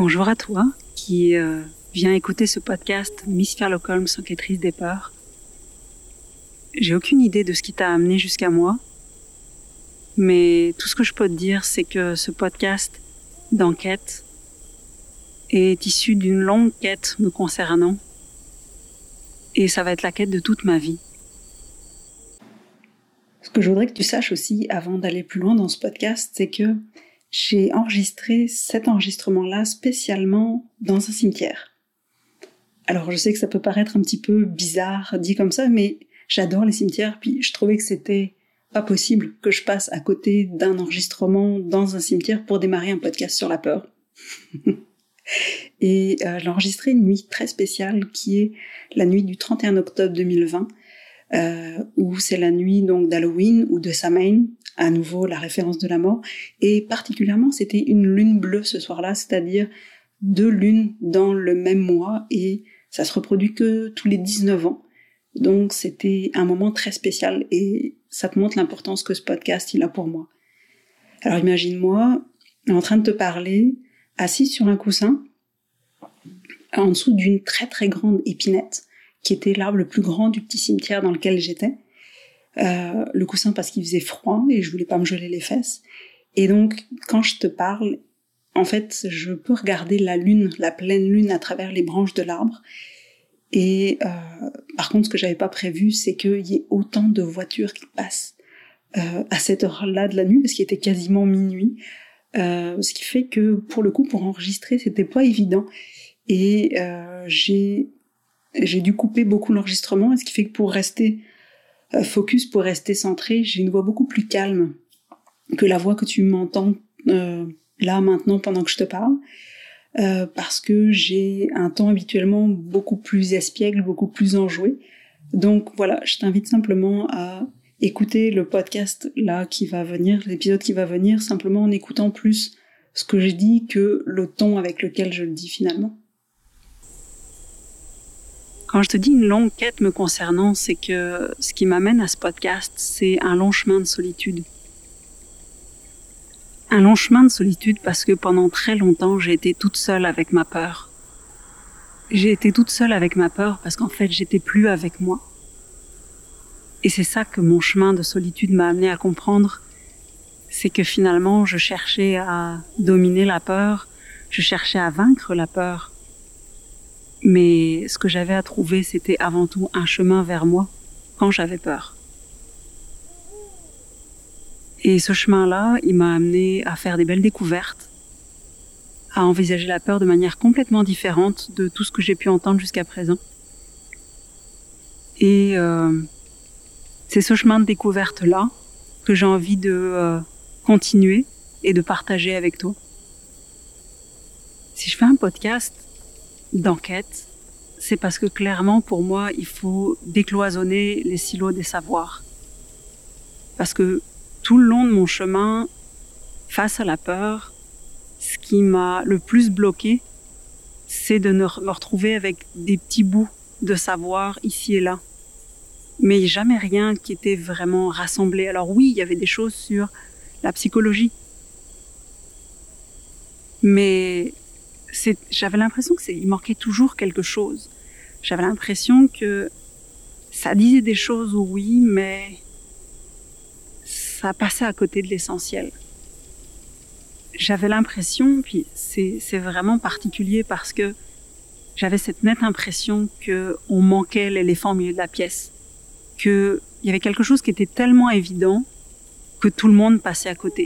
Bonjour à toi qui viens écouter ce podcast Miss Sherlock Holmes, enquêtrice des peurs. J'ai aucune idée de ce qui t'a amené jusqu'à moi, mais tout ce que je peux te dire, c'est que ce podcast d'enquête est issu d'une longue quête me concernant, et ça va être la quête de toute ma vie. Ce que je voudrais que tu saches aussi, avant d'aller plus loin dans ce podcast, c'est que j'ai enregistré cet enregistrement-là spécialement dans un cimetière. Alors je sais que ça peut paraître un petit peu bizarre dit comme ça, mais j'adore les cimetières, puis je trouvais que c'était pas possible que je passe à côté d'un enregistrement dans un cimetière pour démarrer un podcast sur la peur. Et j'ai enregistré une nuit très spéciale qui est la nuit du 31 octobre 2020, où c'est la nuit donc d'Halloween ou de Samhain, à nouveau la référence de la mort, et particulièrement c'était une lune bleue ce soir-là, c'est-à-dire 2 lunes dans le même mois, et ça se reproduit que tous les 19 ans. Donc c'était un moment très spécial, et ça te montre l'importance que ce podcast il a pour moi. Alors imagine-moi en train de te parler, assis sur un coussin, en dessous d'une très très grande épinette, qui était l'arbre le plus grand du petit cimetière dans lequel j'étais. Le coussin parce qu'il faisait froid et je voulais pas me geler les fesses. Et donc, quand je te parle, en fait, je peux regarder la lune, la pleine lune à travers les branches de l'arbre. Et par contre, ce que j'avais pas prévu, c'est qu'il y ait autant de voitures qui passent à cette heure-là de la nuit, parce qu'il était quasiment minuit. Ce qui fait que, pour le coup, pour enregistrer, c'était pas évident. Et j'ai dû couper beaucoup l'enregistrement, ce qui fait que pour rester focus, pour rester centré, j'ai une voix beaucoup plus calme que la voix que tu m'entends là maintenant pendant que je te parle, parce que j'ai un ton habituellement beaucoup plus espiègle, beaucoup plus enjoué. Donc voilà, je t'invite simplement à écouter le podcast là qui va venir, l'épisode qui va venir, simplement en écoutant plus ce que je dis que le ton avec lequel je le dis finalement. Quand je te dis une longue quête me concernant, c'est que ce qui m'amène à ce podcast, c'est un long chemin de solitude. Un long chemin de solitude parce que pendant très longtemps, j'ai été toute seule avec ma peur. J'ai été toute seule avec ma peur parce qu'en fait, j'étais plus avec moi. Et c'est ça que mon chemin de solitude m'a amené à comprendre, c'est que finalement, je cherchais à dominer la peur, je cherchais à vaincre la peur. Mais ce que j'avais à trouver, c'était avant tout un chemin vers moi quand j'avais peur. Et ce chemin-là, il m'a amené à faire des belles découvertes, à envisager la peur de manière complètement différente de tout ce que j'ai pu entendre jusqu'à présent. Et c'est ce chemin de découverte-là que j'ai envie de continuer et de partager avec toi. Si je fais un podcast d'enquête, c'est parce que clairement pour moi il faut décloisonner les silos des savoirs, parce que tout le long de mon chemin face à la peur, ce qui m'a le plus bloqué, c'est de me retrouver avec des petits bouts de savoir ici et là, mais jamais rien qui était vraiment rassemblé. Alors oui, il y avait des choses sur la psychologie, mais j'avais l'impression il manquait toujours quelque chose. J'avais l'impression que ça disait des choses, oui, mais ça passait à côté de l'essentiel. J'avais l'impression, puis c'est vraiment particulier parce que j'avais cette nette impression qu'on manquait l'éléphant au milieu de la pièce, qu'il y avait quelque chose qui était tellement évident que tout le monde passait à côté.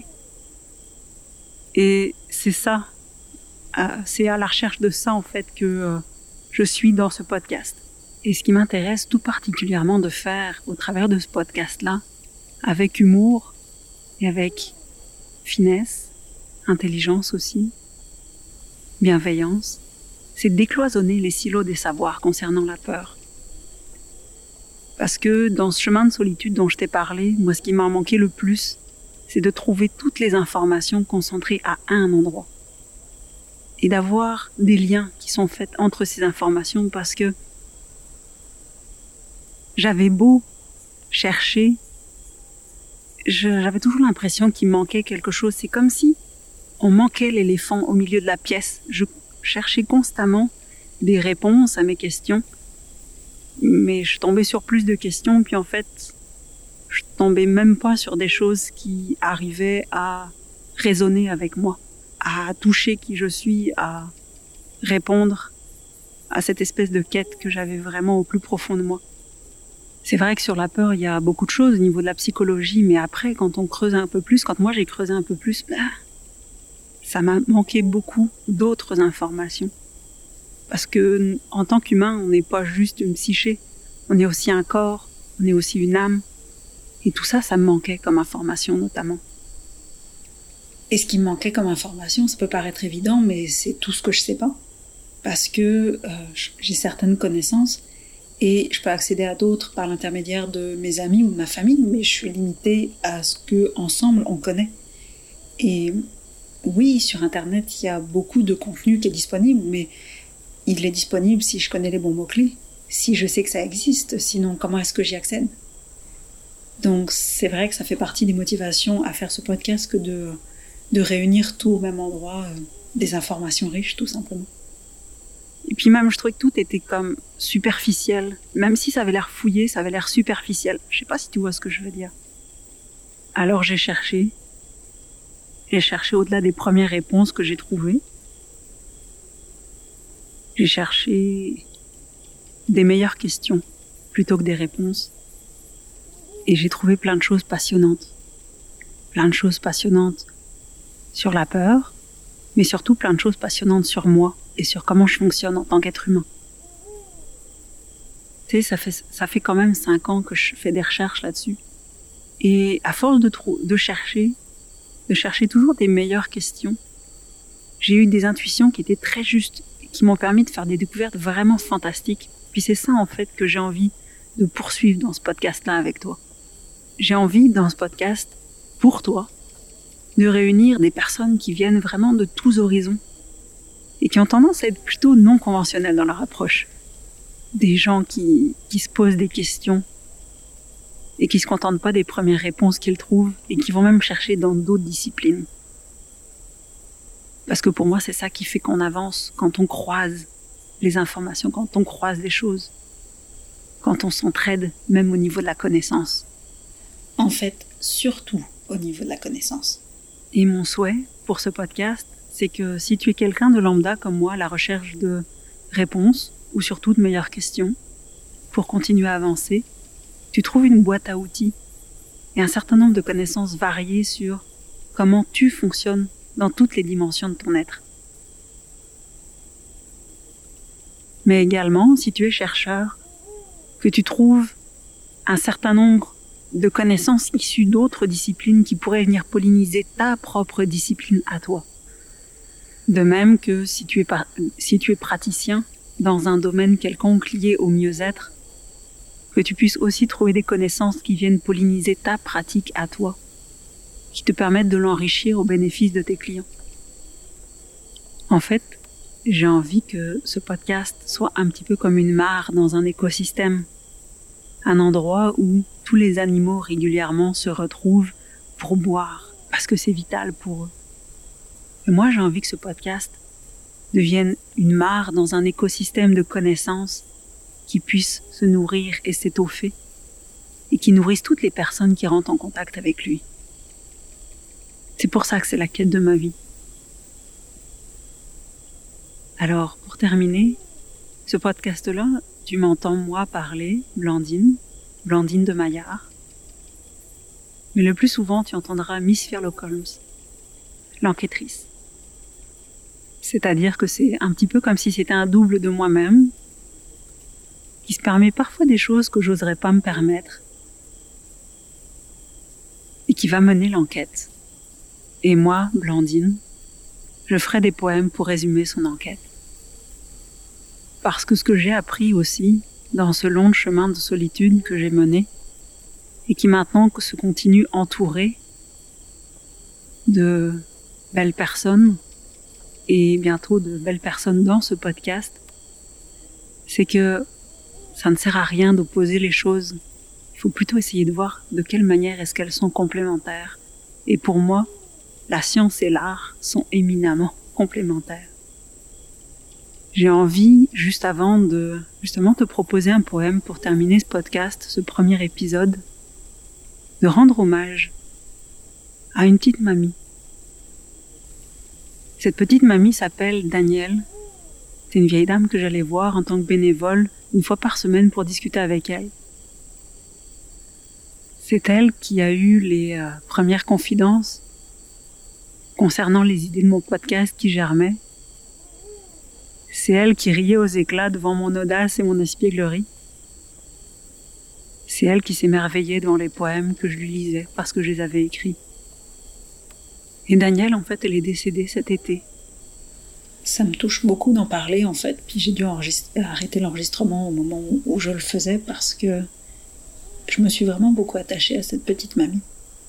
Et c'est ça. C'est à la recherche de ça, en fait, que je suis dans ce podcast. Et ce qui m'intéresse tout particulièrement de faire au travers de ce podcast-là, avec humour et avec finesse, intelligence aussi, bienveillance, c'est décloisonner les silos des savoirs concernant la peur. Parce que dans ce chemin de solitude dont je t'ai parlé, moi, ce qui m'a manqué le plus, c'est de trouver toutes les informations concentrées à un endroit. Et d'avoir des liens qui sont faits entre ces informations, parce que j'avais beau chercher, j'avais toujours l'impression qu'il manquait quelque chose. C'est comme si on manquait l'éléphant au milieu de la pièce. cherchais constamment des réponses à mes questions, mais je tombais sur plus de questions, puis en fait, je tombais même pas sur des choses qui arrivaient à résonner avec moi, à toucher qui je suis, à répondre à cette espèce de quête que j'avais vraiment au plus profond de moi. C'est vrai que sur la peur, il y a beaucoup de choses au niveau de la psychologie, mais après, quand on creuse un peu plus, quand moi j'ai creusé un peu plus, ça m'a manqué beaucoup d'autres informations. Parce que, en tant qu'humain, on n'est pas juste une psyché. On est aussi un corps, on est aussi une âme. Et tout ça, ça me manquait comme information, notamment. Et ce qui me manquait comme information, ça peut paraître évident, mais c'est tout ce que je sais pas. Parce que j'ai certaines connaissances, et je peux accéder à d'autres par l'intermédiaire de mes amis ou de ma famille, mais je suis limitée à ce que ensemble on connaît. Et oui, sur Internet, il y a beaucoup de contenu qui est disponible, mais il est disponible si je connais les bons mots-clés, si je sais que ça existe, sinon comment est-ce que j'y accède? Donc c'est vrai que ça fait partie des motivations à faire ce podcast que de réunir tout au même endroit, des informations riches tout simplement. Et puis même, je trouvais que tout était comme superficiel. Même si ça avait l'air fouillé, ça avait l'air superficiel. Je sais pas si tu vois ce que je veux dire. Alors j'ai cherché au-delà des premières réponses que j'ai trouvées. J'ai cherché des meilleures questions plutôt que des réponses. Et j'ai trouvé plein de choses passionnantes. Plein de choses passionnantes sur la peur, mais surtout plein de choses passionnantes sur moi et sur comment je fonctionne en tant qu'être humain. Tu sais, ça fait quand même 5 ans que je fais des recherches là-dessus. Et à force de chercher toujours des meilleures questions, j'ai eu des intuitions qui étaient très justes, qui m'ont permis de faire des découvertes vraiment fantastiques. Puis c'est ça, en fait, que j'ai envie de poursuivre dans ce podcast-là avec toi. J'ai envie, dans ce podcast, pour toi, de réunir des personnes qui viennent vraiment de tous horizons et qui ont tendance à être plutôt non conventionnelles dans leur approche. Des gens qui se posent des questions et qui se contentent pas des premières réponses qu'ils trouvent et qui vont même chercher dans d'autres disciplines. Parce que pour moi, c'est ça qui fait qu'on avance quand on croise les informations, quand on croise des choses, quand on s'entraide même au niveau de la connaissance. En fait, surtout au niveau de la connaissance. Et mon souhait pour ce podcast, c'est que si tu es quelqu'un de lambda comme moi à la recherche de réponses ou surtout de meilleures questions pour continuer à avancer, tu trouves une boîte à outils et un certain nombre de connaissances variées sur comment tu fonctionnes dans toutes les dimensions de ton être. Mais également, si tu es chercheur, que tu trouves un certain nombre de connaissances issues d'autres disciplines qui pourraient venir polliniser ta propre discipline à toi. De même que si tu es praticien dans un domaine quelconque lié au mieux-être, que tu puisses aussi trouver des connaissances qui viennent polliniser ta pratique à toi, qui te permettent de l'enrichir au bénéfice de tes clients. En fait, j'ai envie que ce podcast soit un petit peu comme une mare dans un écosystème, un endroit où tous les animaux régulièrement se retrouvent pour boire, parce que c'est vital pour eux. Et moi, j'ai envie que ce podcast devienne une mare dans un écosystème de connaissances qui puisse se nourrir et s'étoffer, et qui nourrisse toutes les personnes qui rentrent en contact avec lui. C'est pour ça que c'est la quête de ma vie. Alors, pour terminer, ce podcast-là, tu m'entends moi parler, Blandine de Maillard. Mais le plus souvent, tu entendras Miss Sherlock Holmes, l'enquêtrice. C'est-à-dire que c'est un petit peu comme si c'était un double de moi-même, qui se permet parfois des choses que j'oserais pas me permettre, et qui va mener l'enquête. Et moi, Blandine, je ferai des poèmes pour résumer son enquête. Parce que ce que j'ai appris aussi, dans ce long chemin de solitude que j'ai mené, et qui maintenant se continue entouré de belles personnes, et bientôt de belles personnes dans ce podcast, c'est que ça ne sert à rien d'opposer les choses. Il faut plutôt essayer de voir de quelle manière est-ce qu'elles sont complémentaires. Et pour moi, la science et l'art sont éminemment complémentaires. J'ai envie, juste avant de justement te proposer un poème pour terminer ce podcast, ce premier épisode, de rendre hommage à une petite mamie. Cette petite mamie s'appelle Danielle. C'est une vieille dame que j'allais voir en tant que bénévole une fois par semaine pour discuter avec elle. C'est elle qui a eu les premières confidences concernant les idées de mon podcast qui germaient. C'est elle qui riait aux éclats devant mon audace et mon espièglerie. C'est elle qui s'émerveillait devant les poèmes que je lui lisais parce que je les avais écrits. Et Danielle, en fait, elle est décédée cet été. Ça me touche beaucoup d'en parler, en fait, puis j'ai dû arrêter l'enregistrement au moment où je le faisais parce que je me suis vraiment beaucoup attachée à cette petite mamie.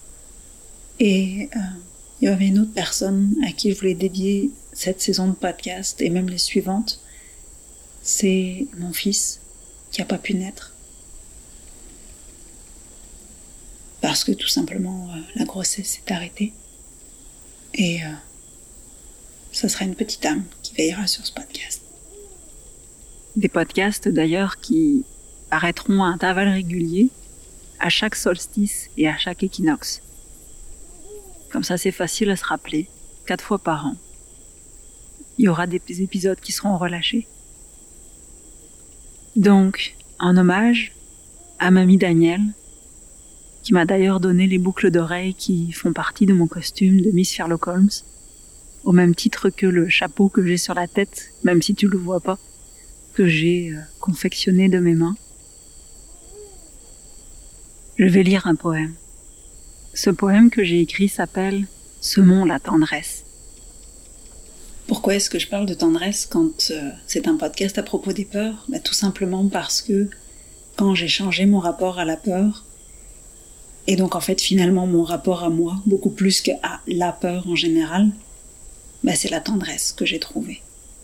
Et il y avait une autre personne à qui je voulais dédier cette saison de podcast et même les suivantes. C'est mon fils qui n'a pas pu naître. Parce que tout simplement, la grossesse s'est arrêtée. Et ça sera une petite âme qui veillera sur ce podcast. Des podcasts d'ailleurs qui paraîtront à intervalles réguliers, à chaque solstice et à chaque équinoxe. Comme ça, c'est facile à se rappeler, 4 fois par an. Il y aura des épisodes qui seront relâchés. Donc, en hommage à Mamie Danielle, qui m'a d'ailleurs donné les boucles d'oreilles qui font partie de mon costume de Miss Sherlock Holmes, au même titre que le chapeau que j'ai sur la tête, même si tu le vois pas, que j'ai confectionné de mes mains. Je vais lire un poème. Ce poème que j'ai écrit s'appelle « Semons la tendresse ». Pourquoi est-ce que je parle de tendresse quand c'est un podcast à propos des peurs ? Tout simplement parce que quand j'ai changé mon rapport à la peur, et donc en fait finalement mon rapport à moi, beaucoup plus qu'à la peur en général, c'est la tendresse que j'ai trouvée.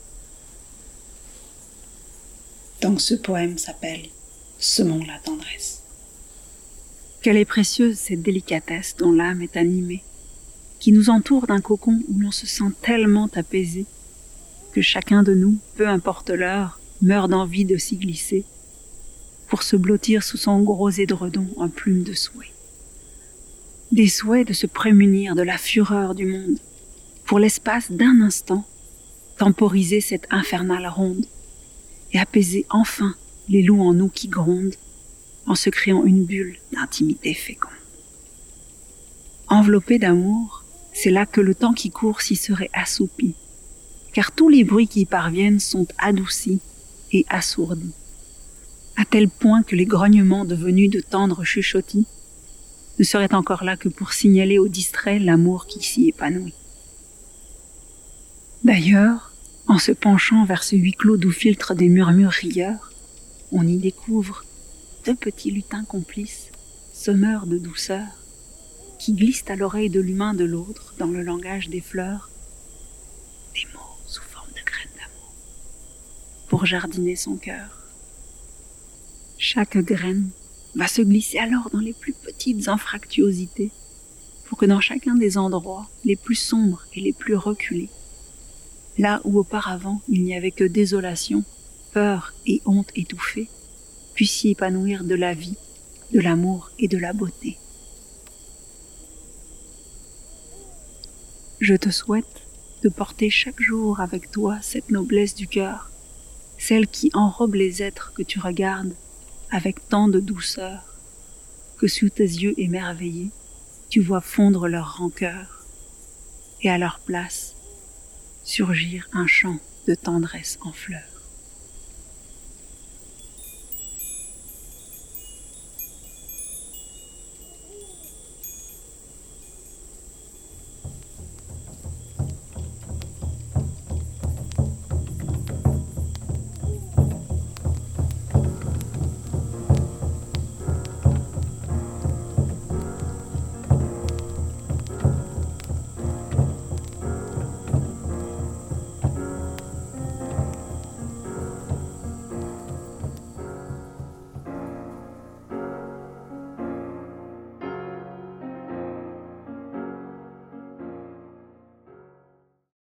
Donc ce poème s'appelle « Semons la tendresse ». Quelle est précieuse cette délicatesse dont l'âme est animée, qui nous entoure d'un cocon où l'on se sent tellement apaisé que chacun de nous, peu importe l'heure, meurt d'envie de s'y glisser pour se blottir sous son gros édredon en plume de souhait. Des souhaits de se prémunir de la fureur du monde, pour l'espace d'un instant, temporiser cette infernale ronde et apaiser enfin les loups en nous qui grondent en se créant une bulle d'intimité féconde. Enveloppé d'amour, c'est là que le temps qui court s'y serait assoupi, car tous les bruits qui y parviennent sont adoucis et assourdis, à tel point que les grognements devenus de tendres chuchotis ne seraient encore là que pour signaler aux distraits l'amour qui s'y épanouit. D'ailleurs, en se penchant vers ce huis clos d'où filtrent des murmures rieurs, on y découvre 2 petits lutins complices, semeurs de douceur, qui glissent à l'oreille de l'humain de l'autre, dans le langage des fleurs, des mots sous forme de graines d'amour, pour jardiner son cœur. Chaque graine va se glisser alors dans les plus petites anfractuosités, pour que dans chacun des endroits les plus sombres et les plus reculés, là où auparavant il n'y avait que désolation, peur et honte étouffée, puisse s'y épanouir de la vie, de l'amour et de la beauté. Je te souhaite de porter chaque jour avec toi cette noblesse du cœur, celle qui enrobe les êtres que tu regardes avec tant de douceur, que sous tes yeux émerveillés, tu vois fondre leur rancœur, et à leur place, surgir un chant de tendresse en fleurs.